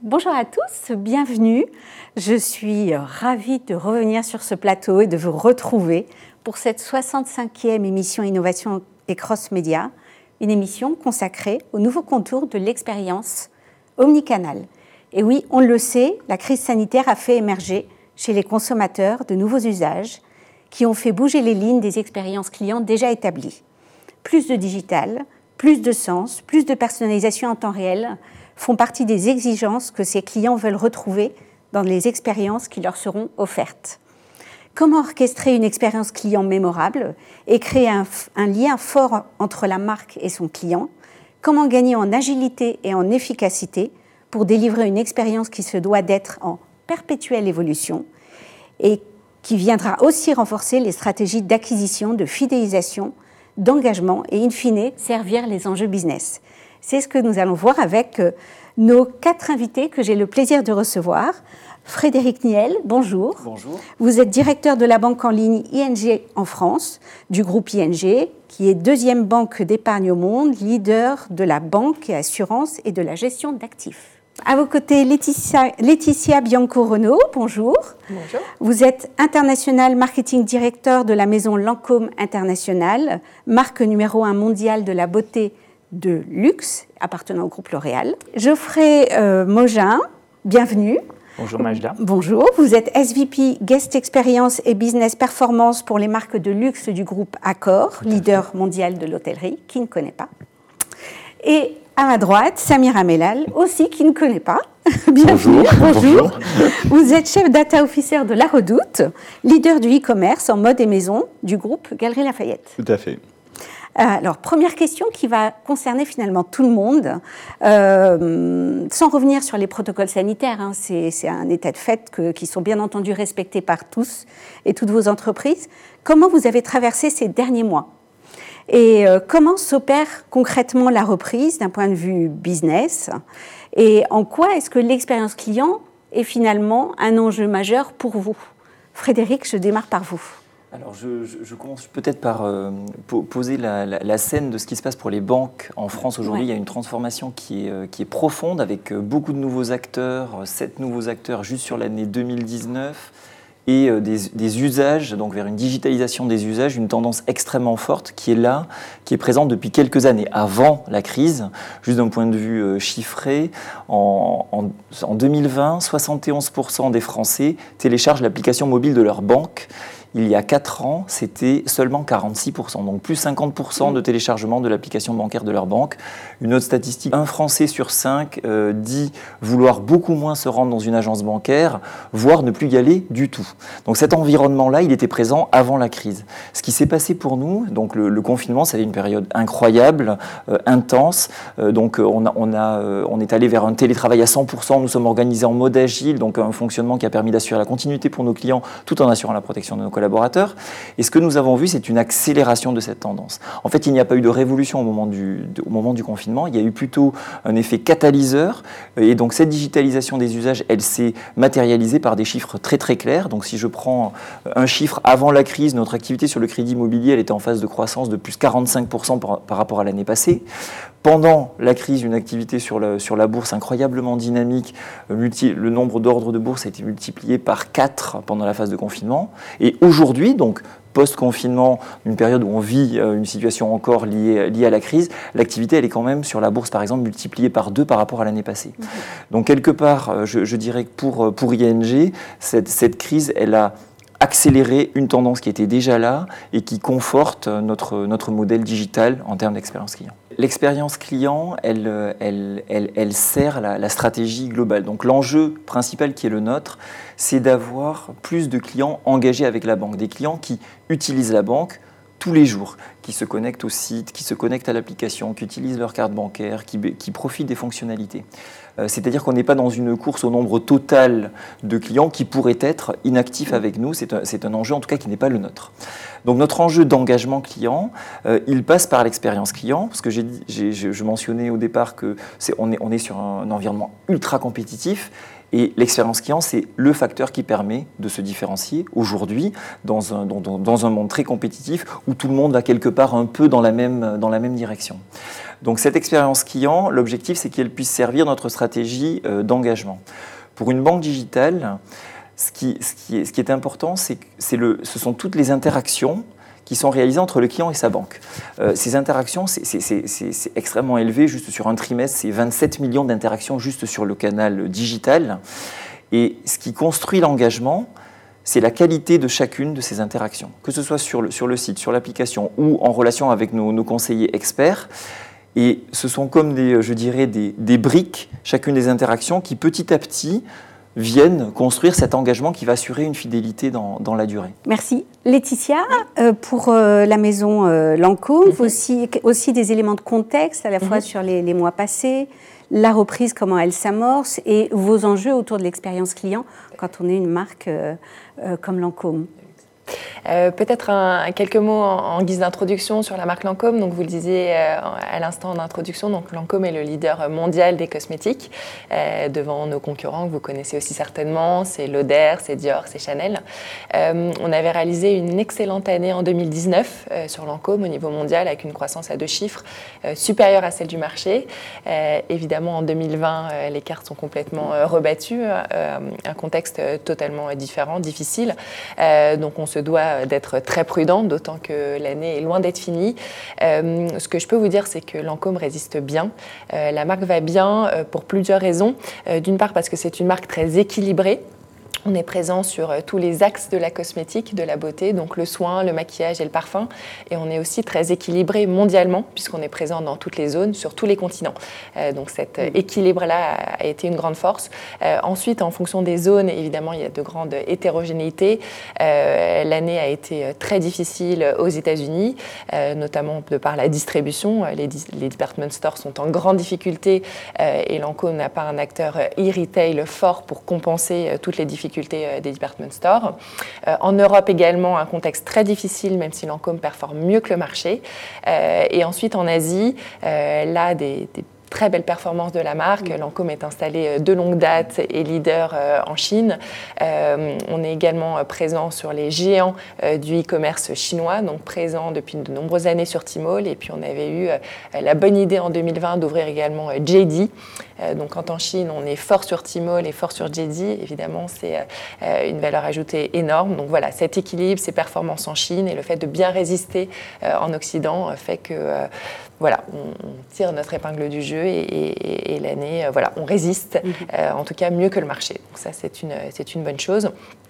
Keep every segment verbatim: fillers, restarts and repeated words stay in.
Bonjour à tous, bienvenue. Je suis ravie de revenir sur ce plateau et de vous retrouver pour cette soixante-cinquième émission Innovation et Cross Média, une émission consacrée aux nouveaux contours de l'expérience omnicanal. Et oui, on le sait, la crise sanitaire a fait émerger chez les consommateurs de nouveaux usages qui ont fait bouger les lignes des expériences clients déjà établies. Plus de digital, plus de sens, plus de personnalisation en temps réel font partie des exigences que ces clients veulent retrouver dans les expériences qui leur seront offertes. Comment orchestrer une expérience client mémorable et créer un, un lien fort entre la marque et son client? Comment gagner en agilité et en efficacité pour délivrer une expérience qui se doit d'être en perpétuelle évolution et qui viendra aussi renforcer les stratégies d'acquisition, de fidélisation, d'engagement et, in fine, servir les enjeux business. C'est ce que nous allons voir avec nos quatre invités que j'ai le plaisir de recevoir. Frédéric Niel, bonjour. Bonjour. Vous êtes directeur de la banque en ligne I N G en France, du groupe I N G, qui est deuxième banque d'épargne au monde, leader de la banque et assurance et de la gestion d'actifs. À vos côtés, Laetitia, Laetitia Bianco-Renaud, bonjour. Bonjour. Vous êtes International Marketing Director de la maison Lancôme International, marque numéro un mondiale de la beauté de luxe appartenant au groupe L'Oréal. Geoffrey euh, Mogin, bienvenue. Bonjour Majda. Bonjour, vous êtes S V P Guest Experience et Business Performance pour les marques de luxe du groupe Accor, leader mondial de l'hôtellerie, qui ne connaît pas. Et à ma droite, Samira Mellal, aussi qui ne connaît pas. Bienvenue. Bonjour. Bonjour. Vous êtes chef data officer de La Redoute, leader du e-commerce en mode et maison du groupe Galeries Lafayette. Tout à fait. Alors, première question qui va concerner finalement tout le monde, euh, sans revenir sur les protocoles sanitaires, hein, c'est, c'est un état de fait que, qui sont bien entendu respectés par tous et toutes vos entreprises. Comment vous avez traversé ces derniers mois ? Et euh, comment s'opère concrètement la reprise d'un point de vue business ? Et en quoi est-ce que l'expérience client est finalement un enjeu majeur pour vous ? Frédéric, je démarre par vous. Alors, je, je, je commence peut-être par euh, poser la, la, la scène de ce qui se passe pour les banques en France aujourd'hui. Ouais. Il y a une transformation qui est, euh, qui est profonde avec euh, beaucoup de nouveaux acteurs, euh, sept nouveaux acteurs juste sur l'année deux mille dix-neuf et euh, des, des usages, donc vers une digitalisation des usages, une tendance extrêmement forte qui est là, qui est présente depuis quelques années, avant la crise. Juste d'un point de vue euh, chiffré, en, en, en deux mille vingt, soixante et onze pour cent des Français téléchargent l'application mobile de leur banque. Il y a quatre ans, c'était seulement quarante-six pour cent, donc plus cinquante pour cent de téléchargement de l'application bancaire de leur banque. Une autre statistique, un Français sur cinq euh, dit vouloir beaucoup moins se rendre dans une agence bancaire, voire ne plus y aller du tout. Donc cet environnement-là, il était présent avant la crise. Ce qui s'est passé pour nous, donc le, le confinement, ça a été une période incroyable, euh, intense. Euh, donc on, a, on, a, euh, on est allé vers un télétravail à cent pour cent, nous sommes organisés en mode agile, donc un fonctionnement qui a permis d'assurer la continuité pour nos clients tout en assurant la protection de nos collaborateurs. Et ce que nous avons vu, c'est une accélération de cette tendance. En fait, il n'y a pas eu de révolution au moment du, de, au moment du confinement, il y a eu plutôt un effet catalyseur. Et donc cette digitalisation des usages, elle s'est matérialisée par des chiffres très très clairs. Donc si je prends un chiffre avant la crise, notre activité sur le crédit immobilier, elle était en phase de croissance de plus quarante-cinq pour cent par, par rapport à l'année passée. Pendant la crise, une activité sur la, sur la bourse incroyablement dynamique, multi, le nombre d'ordres de bourse a été multiplié par quatre pendant la phase de confinement. Et aujourd'hui, donc post-confinement, une période où on vit une situation encore liée, liée à la crise, l'activité, elle est quand même sur la bourse, par exemple, multipliée par deux par rapport à l'année passée. Mmh. Donc quelque part, je, je dirais que pour, pour I N G, cette, cette crise, elle a accélérer une tendance qui était déjà là et qui conforte notre, notre modèle digital en termes d'expérience client. L'expérience client, elle, elle, elle, elle sert la, la stratégie globale. Donc l'enjeu principal qui est le nôtre, c'est d'avoir plus de clients engagés avec la banque, des clients qui utilisent la banque tous les jours, qui se connectent au site, qui se connectent à l'application, qui utilisent leur carte bancaire, qui, qui profitent des fonctionnalités. Euh, c'est-à-dire qu'on n'est pas dans une course au nombre total de clients qui pourraient être inactifs avec nous. C'est un, c'est un enjeu en tout cas qui n'est pas le nôtre. Donc notre enjeu d'engagement client, euh, il passe par l'expérience client, parce que j'ai, j'ai, je mentionnais au départ que c'est, on, est, on est sur un environnement ultra compétitif. Et l'expérience client, c'est le facteur qui permet de se différencier aujourd'hui dans un, dans, dans un monde très compétitif où tout le monde va quelque part un peu dans la même, dans la même direction. Donc cette expérience client, l'objectif, c'est qu'elle puisse servir notre stratégie euh, d'engagement. Pour une banque digitale, ce qui, ce qui, est, ce qui est important, c'est, c'est le, ce sont toutes les interactions qui sont réalisées entre le client et sa banque. Euh, ces interactions, c'est, c'est, c'est, c'est extrêmement élevé. Juste sur un trimestre, c'est vingt-sept millions d'interactions juste sur le canal digital. Et ce qui construit l'engagement, c'est la qualité de chacune de ces interactions, que ce soit sur le, sur le site, sur l'application ou en relation avec nos, nos conseillers experts. Et ce sont comme des, je dirais, des, des briques, chacune des interactions, qui petit à petit viennent construire cet engagement qui va assurer une fidélité dans, dans la durée. Merci. Laetitia, euh, pour euh, la maison euh, Lancôme, mm-hmm. aussi, aussi des éléments de contexte, à la fois mm-hmm. sur les, les mois passés, la reprise, comment elle s'amorce, et vos enjeux autour de l'expérience client quand on est une marque euh, euh, comme Lancôme. Euh, peut-être un, quelques mots en, en guise d'introduction sur la marque Lancôme. Donc, vous le disiez euh, à l'instant d'introduction, donc Lancôme est le leader mondial des cosmétiques euh, devant nos concurrents que vous connaissez aussi certainement, c'est Lauder, c'est Dior, c'est Chanel. Euh, on avait réalisé une excellente année en deux mille dix-neuf euh, sur Lancôme au niveau mondial avec une croissance à deux chiffres euh, supérieure à celle du marché. Euh, évidemment, en deux mille vingt, euh, les cartes sont complètement euh, rebattues, euh, un contexte totalement différent, difficile. Euh, donc, on se doit d'être très prudent, d'autant que l'année est loin d'être finie. Euh, ce que je peux vous dire, c'est que Lancôme résiste bien. Euh, la marque va bien euh, pour plusieurs raisons. Euh, d'une part, parce que c'est une marque très équilibrée. On est présent sur tous les axes de la cosmétique, de la beauté, donc le soin, le maquillage et le parfum. Et on est aussi très équilibré mondialement, puisqu'on est présent dans toutes les zones, sur tous les continents. Euh, donc cet équilibre-là a été une grande force. Euh, ensuite, en fonction des zones, évidemment, il y a de grandes hétérogénéités. Euh, l'année a été très difficile aux États-Unis, euh, notamment de par la distribution. Les, les department stores sont en grande difficulté euh, et Lancôme n'a pas un acteur e-retail fort pour compenser euh, toutes les difficultés des department stores. Euh, en Europe également, un contexte très difficile, même si Lancôme performe mieux que le marché. Euh, et ensuite en Asie, euh, là, des, des très belle performance de la marque. Lancôme est installé de longue date et leader euh, en Chine. Euh, on est également présent sur les géants euh, du e-commerce chinois, donc présent depuis de nombreuses années sur Tmall. Et puis on avait eu euh, la bonne idée en deux mille vingt d'ouvrir également euh, J D. Euh, donc quand en Chine, on est fort sur Tmall et fort sur J D, évidemment, c'est euh, une valeur ajoutée énorme. Donc voilà, cet équilibre, ces performances en Chine et le fait de bien résister euh, en Occident euh, fait que euh, voilà, on, on tire notre épingle du jeu et, et, et l'année, euh, voilà, on résiste, mmh. euh, en tout cas mieux que le marché. Donc ça, c'est une, c'est une bonne chose.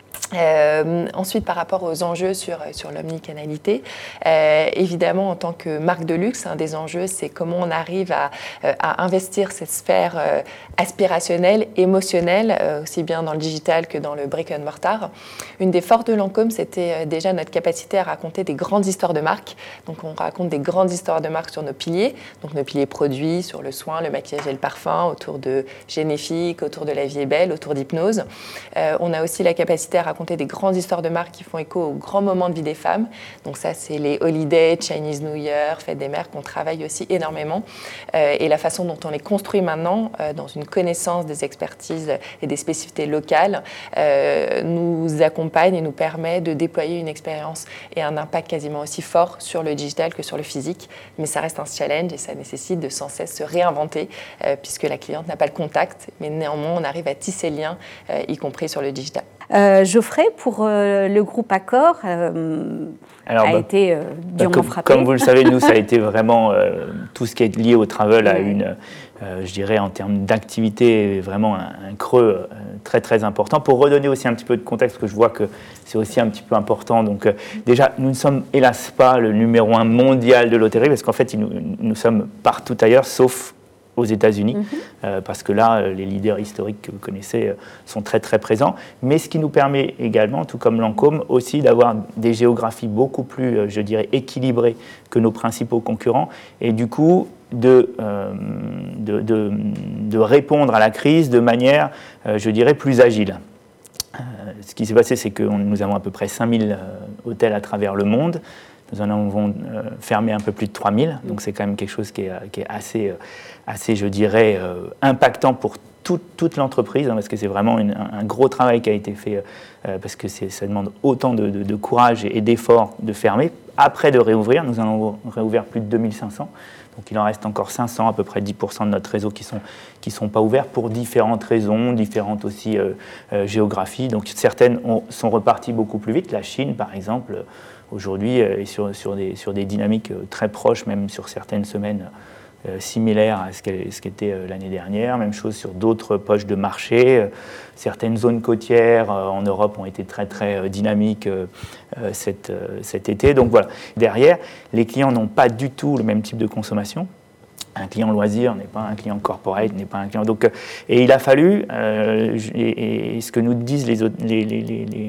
Euh, ensuite, par rapport aux enjeux sur, sur l'omnicanalité, euh, évidemment, en tant que marque de luxe, un des enjeux, c'est comment on arrive à, à investir cette sphère euh, aspirationnelle, émotionnelle, euh, aussi bien dans le digital que dans le brick and mortar. Une des forces de Lancôme, c'était déjà notre capacité à raconter des grandes histoires de marque. Donc, on raconte des grandes histoires de marque sur nos piliers, donc nos piliers produits, sur le soin, le maquillage et le parfum, autour de Généfique, autour de La Vie est belle, autour d'Hypnose. Euh, on a aussi la capacité à raconter des grandes histoires de marques qui font écho aux grands moments de vie des femmes. Donc ça, c'est les holidays, Chinese New Year, Fête des mères, qu'on travaille aussi énormément. Euh, et la façon dont on les construit maintenant, euh, dans une connaissance des expertises et des spécificités locales, euh, nous accompagne et nous permet de déployer une expérience et un impact quasiment aussi fort sur le digital que sur le physique. Mais ça reste un challenge et ça nécessite de sans cesse se réinventer, euh, puisque la cliente n'a pas le contact, mais néanmoins, on arrive à tisser le lien, euh, y compris sur le digital. Euh, Geoffrey, pour euh, le groupe Accor, euh, Alors, a bah, été euh, durement comme, frappé. Comme vous le savez, nous, ça a été vraiment euh, tout ce qui est lié au travel à une, euh, je dirais, en termes d'activité, vraiment un, un creux euh, très, très important. Pour redonner aussi un petit peu de contexte, parce que je vois que c'est aussi un petit peu important. Donc, euh, déjà, nous ne sommes hélas pas le numéro un mondial de l'hôtellerie, parce qu'en fait, nous, nous sommes partout ailleurs, sauf aux États-Unis, mm-hmm. euh, parce que là, les leaders historiques que vous connaissez euh, sont très très présents. Mais ce qui nous permet également, tout comme Lancôme, aussi d'avoir des géographies beaucoup plus, euh, je dirais, équilibrées que nos principaux concurrents, et du coup de, euh, de, de, de répondre à la crise de manière, euh, je dirais, plus agile. Euh, ce qui s'est passé, c'est que nous avons à peu près cinq mille euh, hôtels à travers le monde. Nous en avons euh, fermé un peu plus de trois mille, donc c'est quand même quelque chose qui est, qui est assez, euh, assez, je dirais, euh, impactant pour toute, toute l'entreprise, hein, parce que c'est vraiment une, un, un gros travail qui a été fait, euh, parce que c'est, ça demande autant de, de, de courage et, et d'efforts de fermer. Après de réouvrir, nous allons réouvrir plus de deux mille cinq cents. Donc il en reste encore cinq cents, à peu près dix pour cent de notre réseau qui ne sont, qui sont pas ouverts pour différentes raisons, différentes aussi euh, euh, géographies. Donc certaines ont, sont reparties beaucoup plus vite. La Chine, par exemple, euh, aujourd'hui est sur, sur, des, sur des dynamiques très proches, même sur certaines semaines euh, similaires à ce qu'elle, ce qu'était euh, l'année dernière. Même chose sur d'autres poches de marché. Euh, certaines zones côtières euh, en Europe ont été très très euh, dynamiques euh, euh, cet, euh, cet été. Donc voilà, derrière, les clients n'ont pas du tout le même type de consommation. Un client loisir n'est pas un client corporate, n'est pas un client... Donc, et il a fallu, euh, et, et ce que nous disent les, les, les, les,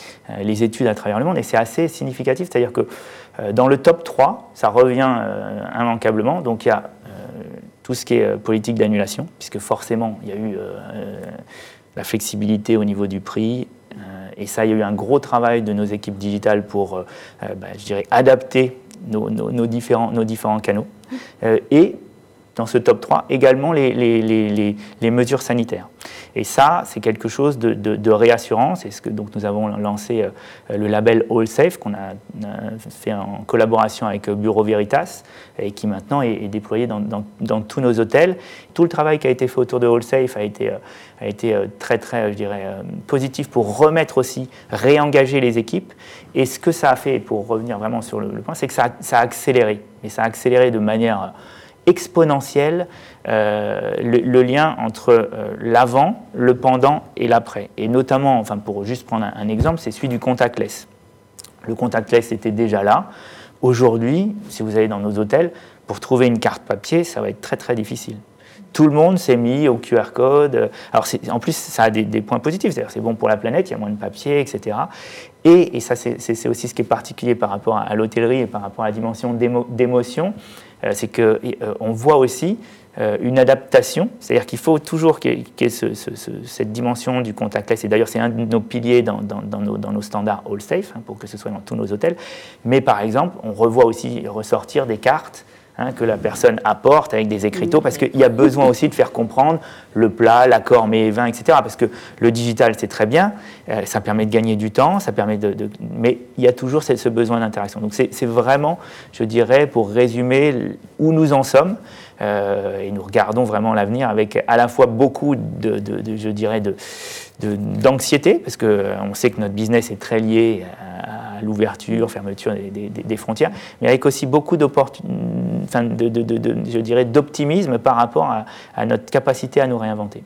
les études à travers le monde, et c'est assez significatif, c'est-à-dire que euh, dans le top trois, ça revient euh, immanquablement, donc il y a euh, tout ce qui est euh, politique d'annulation, puisque forcément, il y a eu euh, la flexibilité au niveau du prix, euh, et ça, il y a eu un gros travail de nos équipes digitales pour, euh, bah, je dirais, adapter nos, nos, nos, différents, nos différents canaux, euh, et dans ce top trois, également les, les, les, les mesures sanitaires. Et ça, c'est quelque chose de, de, de réassurant. C'est ce que donc, nous avons lancé euh, le label All Safe, qu'on a, a fait en collaboration avec Bureau Veritas, et qui maintenant est, est déployé dans, dans, dans tous nos hôtels. Tout le travail qui a été fait autour de All Safe a été, euh, a été euh, très, très, je dirais, euh, positif pour remettre aussi, réengager les équipes. Et ce que ça a fait, pour revenir vraiment sur le, le point, c'est que ça, ça a accéléré. Et ça a accéléré de manière exponentielle euh, le, le lien entre euh, l'avant, le pendant et l'après. Et notamment, enfin pour juste prendre un, un exemple, c'est celui du contactless. Le contactless était déjà là. Aujourd'hui, si vous allez dans nos hôtels, pour trouver une carte papier, ça va être très très difficile. Tout le monde s'est mis au Q R code. Alors c'est, en plus, ça a des, des points positifs, c'est-à-dire c'est bon pour la planète, il y a moins de papier, et cetera. Et, et ça, c'est, c'est, c'est aussi ce qui est particulier par rapport à l'hôtellerie et par rapport à la dimension d'émo, d'émotion, euh, c'est qu'on euh, voit aussi euh, une adaptation, c'est-à-dire qu'il faut toujours qu'il y ait, qu'il y ait ce, ce, ce, cette dimension du contactless, et d'ailleurs c'est un de nos piliers dans, dans, dans, nos, dans nos standards All Safe, hein, pour que ce soit dans tous nos hôtels. Mais par exemple, on revoit aussi ressortir des cartes Hein, que la personne apporte avec des écriteaux, parce qu'il y a besoin aussi de faire comprendre le plat, l'accord, mets et vins, et cetera. Parce que le digital, c'est très bien, euh, ça permet de gagner du temps, ça permet de, de... mais il y a toujours ce, ce besoin d'interaction. Donc c'est, c'est vraiment, je dirais, pour résumer où nous en sommes, euh, et nous regardons vraiment l'avenir avec à la fois beaucoup de, de, de je dirais, de, de, d'anxiété, parce qu'on sait que notre business est très lié à, à l'ouverture, fermeture des, des, des frontières, mais avec aussi beaucoup d'opportunités, enfin de, de, de, de, je dirais, d'optimisme par rapport à, à notre capacité à nous réinventer.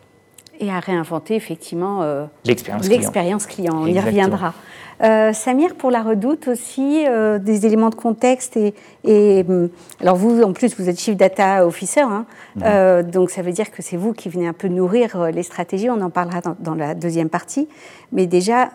Et à réinventer effectivement euh, l'expérience, l'expérience client. client. On Exactement. y reviendra. Euh, Samir, pour la Redoute aussi, euh, des éléments de contexte. Et, et, alors vous, en plus, vous êtes Chief Data Officer, hein, mmh. euh, donc ça veut dire que c'est vous qui venez un peu nourrir les stratégies. On en parlera dans, dans la deuxième partie. Mais déjà,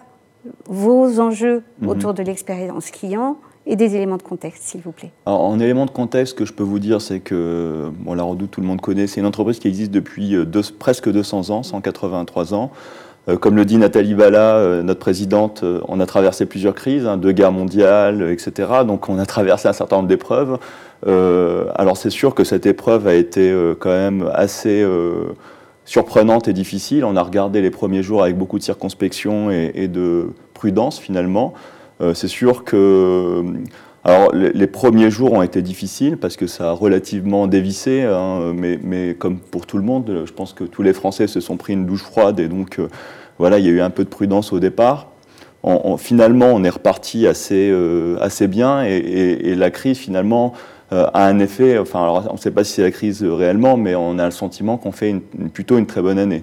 vos enjeux mmh. autour de l'expérience client et des éléments de contexte, s'il vous plaît. Alors, en élément de contexte, ce que je peux vous dire, c'est que bon, la Redoute, tout le monde connaît, c'est une entreprise qui existe depuis deux, presque deux cents ans, cent quatre-vingt-trois ans. Euh, comme le dit Nathalie Bala, euh, notre présidente, euh, on a traversé plusieurs crises, hein, deux guerres mondiales, euh, et cetera. Donc on a traversé un certain nombre d'épreuves. Euh, alors c'est sûr que cette épreuve a été euh, quand même assez euh, surprenante et difficile. On a regardé les premiers jours avec beaucoup de circonspection et, et de prudence finalement. Euh, c'est sûr que alors, les, les premiers jours ont été difficiles parce que ça a relativement dévissé, hein, mais, mais comme pour tout le monde, je pense que tous les Français se sont pris une douche froide et donc euh, voilà, il y a eu un peu de prudence au départ. En, en, finalement, on est reparti assez, euh, assez bien et, et, et la crise finalement euh, a un effet, enfin alors, on ne sait pas si c'est la crise réellement, mais on a le sentiment qu'on fait une, une, plutôt une très bonne année.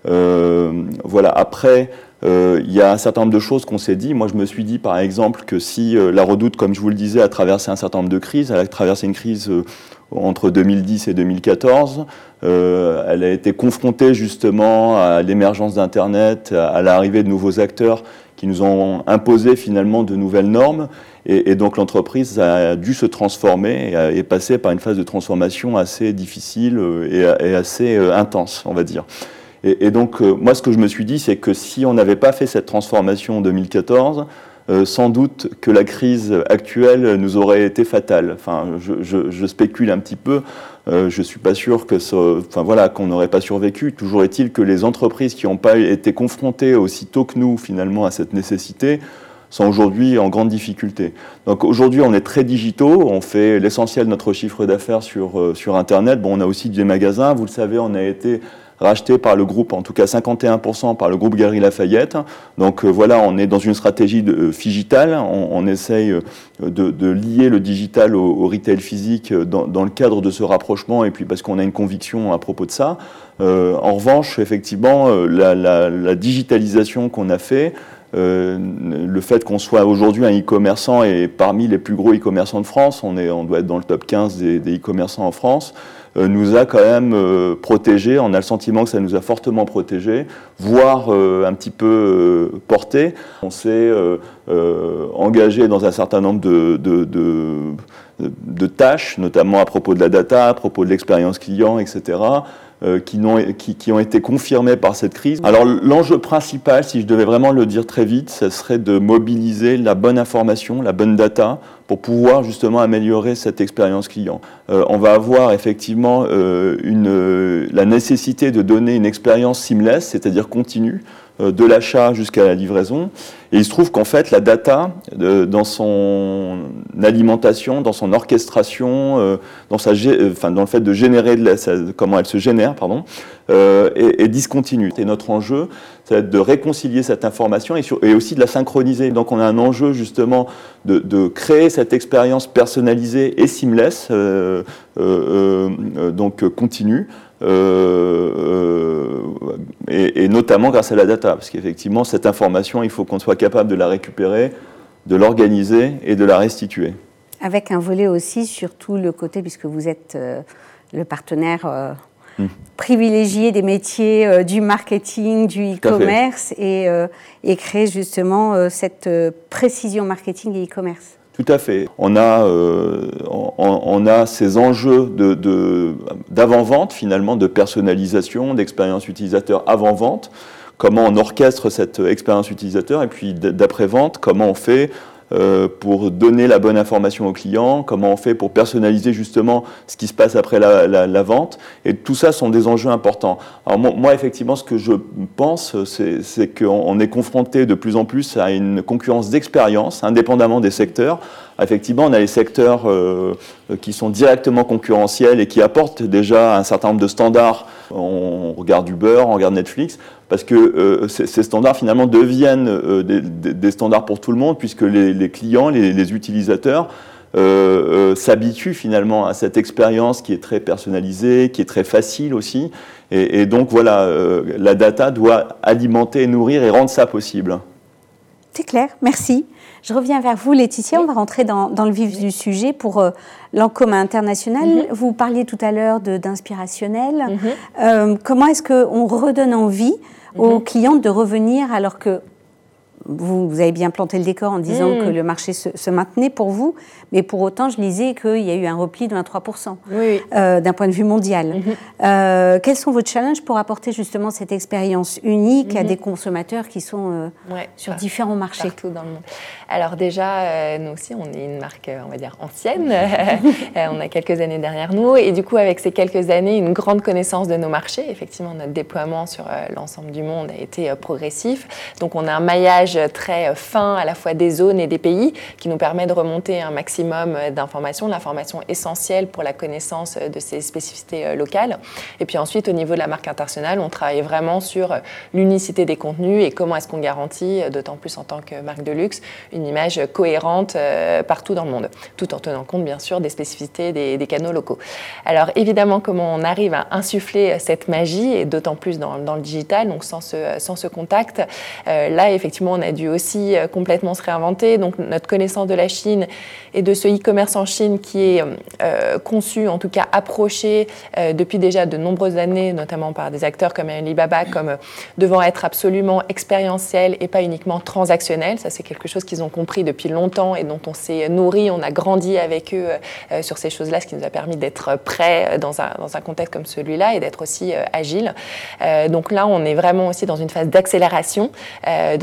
Euh, voilà, après... Il euh, y a un certain nombre de choses qu'on s'est dit. Moi, je me suis dit, par exemple, que si euh, la Redoute, comme je vous le disais, a traversé un certain nombre de crises, elle a traversé une crise euh, entre deux mille dix et deux mille quatorze, euh, elle a été confrontée justement à l'émergence d'Internet, à, à l'arrivée de nouveaux acteurs qui nous ont imposé finalement de nouvelles normes, et, et donc l'entreprise a dû se transformer et est passée par une phase de transformation assez difficile et, et assez euh, intense, on va dire. Et, et donc, euh, moi, ce que je me suis dit, c'est que si on n'avait pas fait cette transformation en deux mille quatorze, euh, sans doute que la crise actuelle nous aurait été fatale. Enfin, je, je, je spécule un petit peu. Euh, je ne suis pas sûr que ce, enfin, voilà, qu'on n'aurait pas survécu. Toujours est-il que les entreprises qui n'ont pas été confrontées aussitôt que nous, finalement, à cette nécessité, sont aujourd'hui en grande difficulté. Donc aujourd'hui, on est très digitaux, on fait l'essentiel de notre chiffre d'affaires sur, euh, sur Internet. Bon, on a aussi des magasins, vous le savez, on a été racheté par le groupe, en tout cas cinquante et un pour cent par le groupe Galeries Lafayette. Donc euh, voilà, on est dans une stratégie de, euh, digitale, on, on essaye de, de lier le digital au, au retail physique dans, dans le cadre de ce rapprochement, et puis parce qu'on a une conviction à propos de ça. Euh, en revanche, effectivement, la, la, la digitalisation qu'on a fait, Euh, le fait qu'on soit aujourd'hui un e-commerçant et parmi les plus gros e-commerçants de France, on, est, on doit être dans le top quinze des, des e-commerçants en France, euh, nous a quand même euh, protégés. On a le sentiment que ça nous a fortement protégés, voire euh, un petit peu euh, portés. On s'est euh, euh, engagé dans un certain nombre de, de, de, de tâches, notamment à propos de la data, à propos de l'expérience client, et cetera, Euh, qui, n'ont, qui, qui ont été confirmés par cette crise. Alors l'enjeu principal, si je devais vraiment le dire très vite, ce serait de mobiliser la bonne information, la bonne data, pour pouvoir justement améliorer cette expérience client. Euh, on va avoir effectivement euh, une, euh, la nécessité de donner une expérience seamless, c'est-à-dire continue, euh, de l'achat jusqu'à la livraison. Et il se trouve qu'en fait, la data, euh, dans son alimentation, dans son orchestration, euh, dans, sa, euh, enfin, dans le fait de générer, de la, sa, comment elle se génère, pardon, euh, est, est discontinue. Et notre enjeu, ça va être de réconcilier cette information et, sur, et aussi de la synchroniser. Donc on a un enjeu justement de, de créer cette expérience personnalisée et seamless, euh, euh, euh, donc continue. Euh, euh, et, et notamment grâce à la data, parce qu'effectivement, cette information, il faut qu'on soit capable de la récupérer, de l'organiser et de la restituer. Avec un volet aussi sur tout le côté, puisque vous êtes euh, le partenaire euh, mmh. privilégié des métiers euh, du marketing, du e-commerce, et, euh, et créer justement euh, cette euh, précision marketing et e-commerce. Tout à fait. On a, euh, on, on a ces enjeux de, de, d'avant-vente, finalement, de personnalisation, d'expérience utilisateur avant-vente, comment on orchestre cette expérience utilisateur, et puis d'après-vente, comment on fait euh, pour donner la bonne information au client, comment on fait pour personnaliser justement ce qui se passe après la, la, la vente. Et tout ça sont des enjeux importants. Alors moi, effectivement, ce que je pense, c'est, c'est qu'on est confronté de plus en plus à une concurrence d'expérience, indépendamment des secteurs. Effectivement, on a les secteurs euh, qui sont directement concurrentiels et qui apportent déjà un certain nombre de standards. On regarde Uber, on regarde Netflix, parce que euh, ces, ces standards finalement deviennent euh, des, des standards pour tout le monde, puisque les, les clients, les, les utilisateurs euh, euh, s'habituent finalement à cette expérience qui est très personnalisée, qui est très facile aussi. Et, et donc voilà, euh, la data doit alimenter, nourrir et rendre ça possible. C'est clair, merci. Je reviens vers vous, Laetitia. Oui. On va rentrer dans, dans le vif oui. du sujet pour euh, Lancôme International. Mm-hmm. Vous parliez tout à l'heure de, d'inspirationnel. Mm-hmm. Euh, comment est-ce qu'on redonne envie mm-hmm. aux clients de revenir alors que vous, vous avez bien planté le décor en disant mm. que le marché se, se maintenait pour vous, mais pour autant, je lisais qu'il y a eu un repli de vingt-trois pour cent oui. euh, d'un point de vue mondial. Mm-hmm. Euh, quels sont vos challenges pour apporter justement cette expérience unique mm-hmm. à des consommateurs qui sont euh, ouais, sur par, différents marchés? Partout dans le monde. Alors déjà, euh, nous aussi, on est une marque, on va dire, ancienne. On a quelques années derrière nous. Et du coup, avec ces quelques années, une grande connaissance de nos marchés. Effectivement, notre déploiement sur euh, l'ensemble du monde a été euh, progressif. Donc, on a un maillage très fin à la fois des zones et des pays qui nous permet de remonter un maximum d'informations, de l'information essentielle pour la connaissance de ces spécificités locales. Et puis ensuite, au niveau de la marque internationale, on travaille vraiment sur l'unicité des contenus et comment est-ce qu'on garantit, d'autant plus en tant que marque de luxe, une image cohérente partout dans le monde, tout en tenant compte bien sûr des spécificités des, des canaux locaux. Alors évidemment, comment on arrive à insuffler cette magie, et d'autant plus dans, dans le digital, donc sans ce, sans ce contact, euh, là effectivement on a dû aussi complètement se réinventer. Donc notre connaissance de la Chine et de ce e-commerce en Chine qui est euh, conçu, en tout cas approché euh, depuis déjà de nombreuses années, notamment par des acteurs comme Alibaba, comme devant être absolument expérientiel et pas uniquement transactionnel. Ça, c'est quelque chose qu'ils ont compris depuis longtemps et dont on s'est nourri, on a grandi avec eux euh, sur ces choses-là, ce qui nous a permis d'être prêts dans un, dans un contexte comme celui-là et d'être aussi euh, agile. Euh, donc là, on est vraiment aussi dans une phase d'accélération euh, de ce retail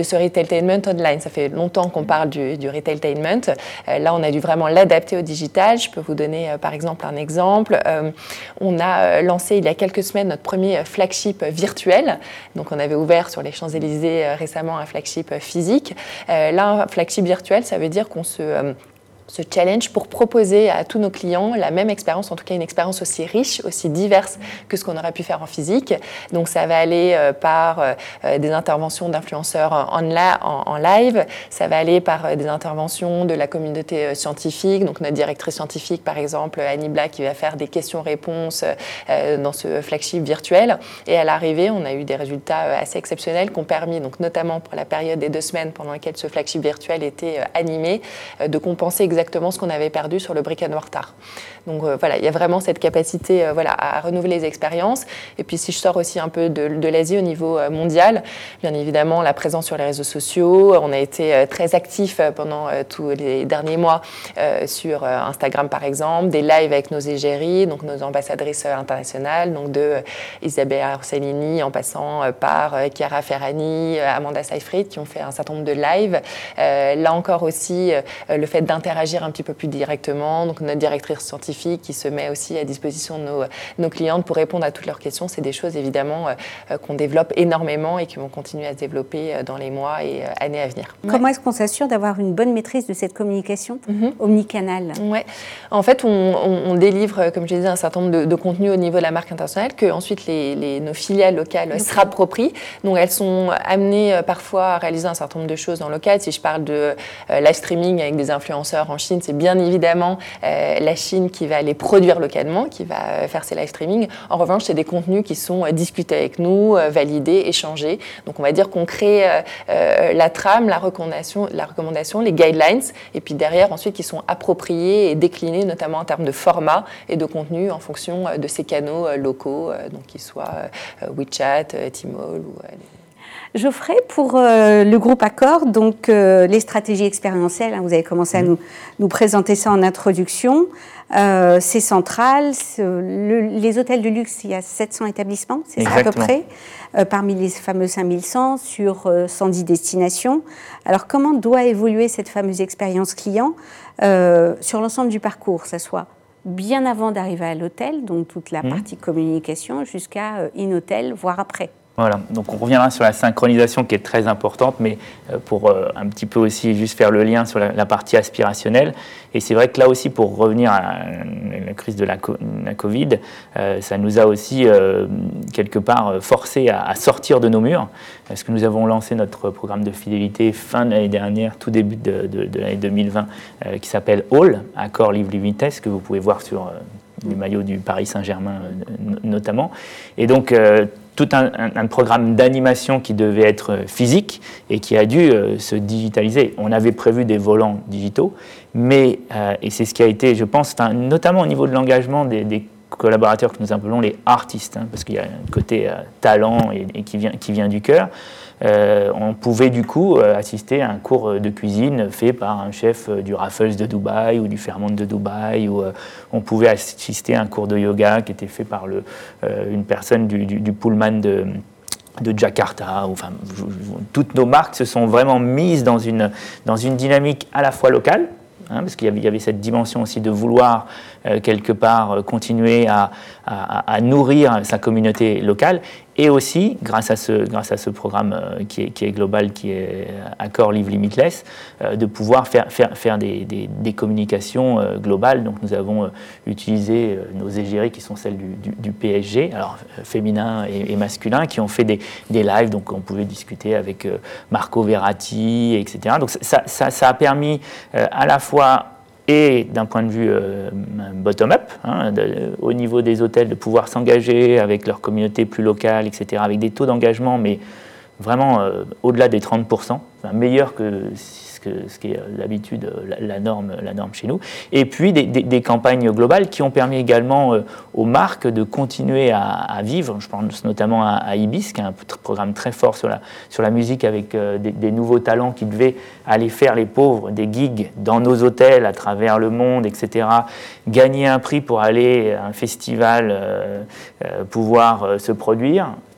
retailtainment online. Ça fait longtemps qu'on parle du, du retailtainment. Euh, là, on a dû vraiment l'adapter au digital. Je peux vous donner euh, par exemple un exemple. Euh, on a lancé il y a quelques semaines notre premier flagship virtuel. Donc, on avait ouvert sur les Champs-Élysées euh, récemment un flagship physique. Euh, là, un flagship virtuel, ça veut dire qu'on se... Euh, ce challenge pour proposer à tous nos clients la même expérience, en tout cas une expérience aussi riche, aussi diverse que ce qu'on aurait pu faire en phisique. Donc ça va aller euh, par euh, des interventions d'influenceurs en, en, en live, ça va aller par euh, des interventions de la communauté euh, scientifique, donc notre directrice scientifique par exemple, Annie Black, qui va faire des questions-réponses euh, dans ce flagship virtuel. Et à l'arrivée, on a eu des résultats euh, assez exceptionnels qui ont permis, donc notamment pour la période des deux semaines pendant laquelle ce flagship virtuel était euh, animé, euh, de compenser exactement exactement ce qu'on avait perdu sur le brick and mortar. Donc euh, voilà, il y a vraiment cette capacité euh, voilà, à renouveler les expériences. Et puis si je sors aussi un peu de, de l'Asie au niveau euh, mondial, bien évidemment la présence sur les réseaux sociaux. On a été euh, très actifs pendant euh, tous les derniers mois euh, sur euh, Instagram par exemple, des lives avec nos égéries, donc nos ambassadrices euh, internationales, donc de euh, Isabella Orsolini en passant euh, par euh, Chiara Ferragni, euh, Amanda Seyfried qui ont fait un certain nombre de lives. Euh, là encore aussi, euh, le fait d'interagir un petit peu plus directement. Donc, notre directrice scientifique qui se met aussi à disposition de nos, nos clientes pour répondre à toutes leurs questions. C'est des choses, évidemment, euh, qu'on développe énormément et qui vont continuer à se développer dans les mois et euh, années à venir. Comment ouais. est-ce qu'on s'assure d'avoir une bonne maîtrise de cette communication mm-hmm. omnicanal? Ouais. En fait, on, on, on délivre, comme je disais, un certain nombre de, de contenus au niveau de la marque internationale que ensuite les, les, nos filiales locales okay. se rapproprient. Donc, elles sont amenées parfois à réaliser un certain nombre de choses dans le local. Si je parle de euh, live streaming avec des influenceurs en Chine, c'est bien évidemment euh, la Chine qui va les produire localement, qui va euh, faire ces live streaming. En revanche, c'est des contenus qui sont euh, discutés avec nous, euh, validés, échangés. Donc, on va dire qu'on crée euh, euh, la trame, la recommandation, la recommandation, les guidelines, et puis derrière, ensuite, qui sont appropriés et déclinés, notamment en termes de format et de contenu en fonction euh, de ces canaux euh, locaux, euh, donc qu'ils soient euh, WeChat, euh, Tmall ou... Euh, Geoffrey, pour euh, le groupe Accor, donc euh, les stratégies expérientielles, hein, vous avez commencé à nous, nous présenter ça en introduction, euh, c'est central, c'est, le, les hôtels de luxe, il y a sept cents établissements, c'est ça à peu près, euh, parmi les fameux cinq mille cent sur euh, cent dix destinations. Alors comment doit évoluer cette fameuse expérience client euh, sur l'ensemble du parcours, que ce soit bien avant d'arriver à l'hôtel, donc toute la mmh. partie communication, jusqu'à euh, in-hôtel, voire après? Voilà, donc on reviendra sur la synchronisation qui est très importante, mais pour un petit peu aussi juste faire le lien sur la, la partie aspirationnelle. Et c'est vrai que là aussi, pour revenir à la crise de la, la Covid, euh, ça nous a aussi euh, quelque part forcé à, à sortir de nos murs, parce que nous avons lancé notre programme de fidélité fin de l'année dernière, tout début de, de, de l'année deux mille vingt, euh, qui s'appelle All, Accor Live Limitless, que vous pouvez voir sur euh, le maillot du Paris Saint-Germain euh, notamment. Et donc, euh, tout un, un, un programme d'animation qui devait être physique et qui a dû euh, se digitaliser. On avait prévu des volants digitaux, mais, euh, et c'est ce qui a été, je pense, notamment au niveau de l'engagement des, des collaborateurs que nous appelons les artistes, hein, parce qu'il y a un côté euh, talent et, et qui, vient, qui vient du cœur. Euh, on pouvait du coup euh, assister à un cours de cuisine fait par un chef euh, du Raffles de Dubaï ou du Fairmont de Dubaï, ou euh, on pouvait assister à un cours de yoga qui était fait par le, euh, une personne du, du, du Pullman de, de Jakarta. Enfin, toutes nos marques se sont vraiment mises dans une, dans une dynamique à la fois locale, hein, parce qu'il y avait, il y avait cette dimension aussi de vouloir euh, quelque part euh, continuer à, à, à nourrir sa communauté locale, et aussi, grâce à ce, grâce à ce programme euh, qui, est, qui est global, qui est Accor Live Limitless, euh, de pouvoir faire, faire, faire des, des, des communications euh, globales. Donc nous avons euh, utilisé euh, nos égéries qui sont celles du, du, du P S G, alors euh, féminin et, et masculin, qui ont fait des, des lives, donc on pouvait discuter avec euh, Marco Verratti, et cetera. Donc ça, ça, ça a permis euh, à la fois, et d'un point de vue euh, bottom-up, hein, de, au niveau des hôtels, de pouvoir s'engager avec leur communauté plus locale, et cetera, avec des taux d'engagement, mais vraiment euh, au-delà des trente pour cent, enfin, meilleurs que ce, que ce qui est l'habitude, la, la, norme, la norme chez nous. Et puis des, des, des campagnes globales qui ont permis également euh, aux marques de continuer à, à vivre. Je pense notamment à, à Ibis, qui a un programme très fort sur la, sur la musique, avec euh, des, des nouveaux talents qui devaient aller faire les pauvres, des gigs dans nos hôtels à travers le monde, et cetera, gagner un prix pour aller à un festival, euh, euh, pouvoir euh, se produire.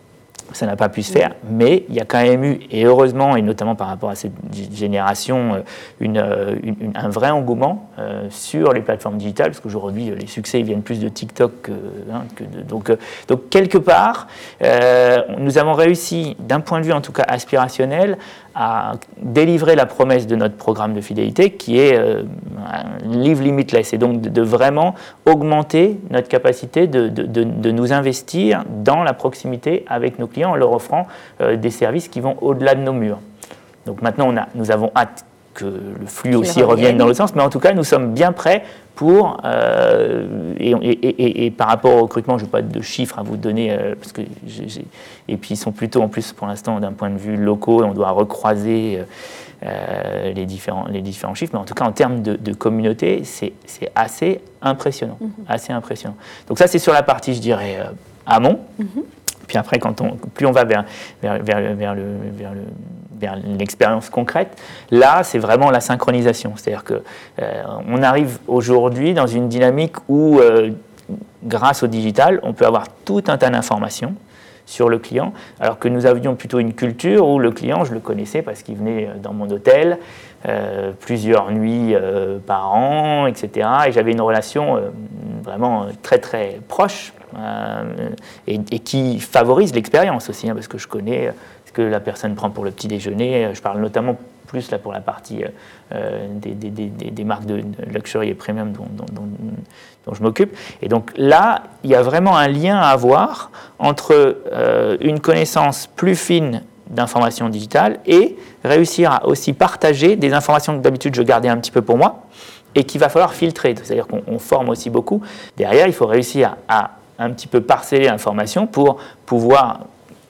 ça n'a pas pu se faire, mais il y a quand même eu, et heureusement, et notamment par rapport à cette génération, une, une, un vrai engouement euh, sur les plateformes digitales, parce qu'aujourd'hui, les succès ils viennent plus de TikTok que, hein, que de... Donc, euh, donc quelque part, euh, nous avons réussi, d'un point de vue en tout cas aspirationnel, à délivrer la promesse de notre programme de fidélité, qui est euh, un Live Limitless, et donc de, de vraiment augmenter notre capacité de, de, de, de nous investir dans la proximité avec nos clients en leur offrant euh, des services qui vont au-delà de nos murs. Donc maintenant, on a, nous avons hâte que le flux aussi revienne dans l'autre sens, mais en tout cas, nous sommes bien prêts pour, euh, et, et, et, et par rapport au recrutement, je n'ai pas de chiffres à vous donner, euh, parce que j'ai, j'ai, et puis ils sont plutôt en plus pour l'instant d'un point de vue locaux, et on doit recroiser euh, les, différents, les différents chiffres, mais en tout cas en termes de, de communauté, c'est, c'est assez impressionnant, mm-hmm. assez impressionnant. Donc ça, c'est sur la partie, je dirais, euh, amont. Mm-hmm. Puis après, quand on, plus on va vers, vers, vers, vers, le, vers, le, vers l'expérience concrète, là, c'est vraiment la synchronisation. C'est-à-dire qu'on euh, arrive aujourd'hui dans une dynamique où, euh, grâce au digital, on peut avoir tout un tas d'informations sur le client, alors que nous avions plutôt une culture où le client, je le connaissais parce qu'il venait dans mon hôtel euh, plusieurs nuits euh, par an, et cetera. Et j'avais une relation euh, vraiment très, très proche. Euh, et, et qui favorise l'expérience aussi, hein, parce que je connais ce que la personne prend pour le petit déjeuner. Je parle notamment plus là pour la partie euh, des, des, des, des marques de luxury et premium dont, dont, dont, dont je m'occupe. Et donc là, il y a vraiment un lien à avoir entre euh, une connaissance plus fine d'informations digitales et réussir à aussi partager des informations que d'habitude je gardais un petit peu pour moi et qu'il va falloir filtrer. C'est-à-dire qu'on forme aussi beaucoup. Derrière, il faut réussir à, à un petit peu parceller l'information pour pouvoir